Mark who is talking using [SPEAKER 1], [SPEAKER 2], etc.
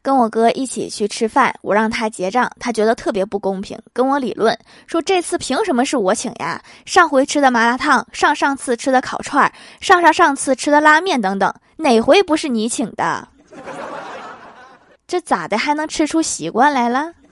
[SPEAKER 1] 跟我哥一起去吃饭，我让他结账，他觉得特别不公平，跟我理论说这次凭什么是我请呀？上回吃的麻辣烫，上次吃的烤串，上次吃的拉面等等，哪回不是你请的？这咋的还能吃出习惯来了？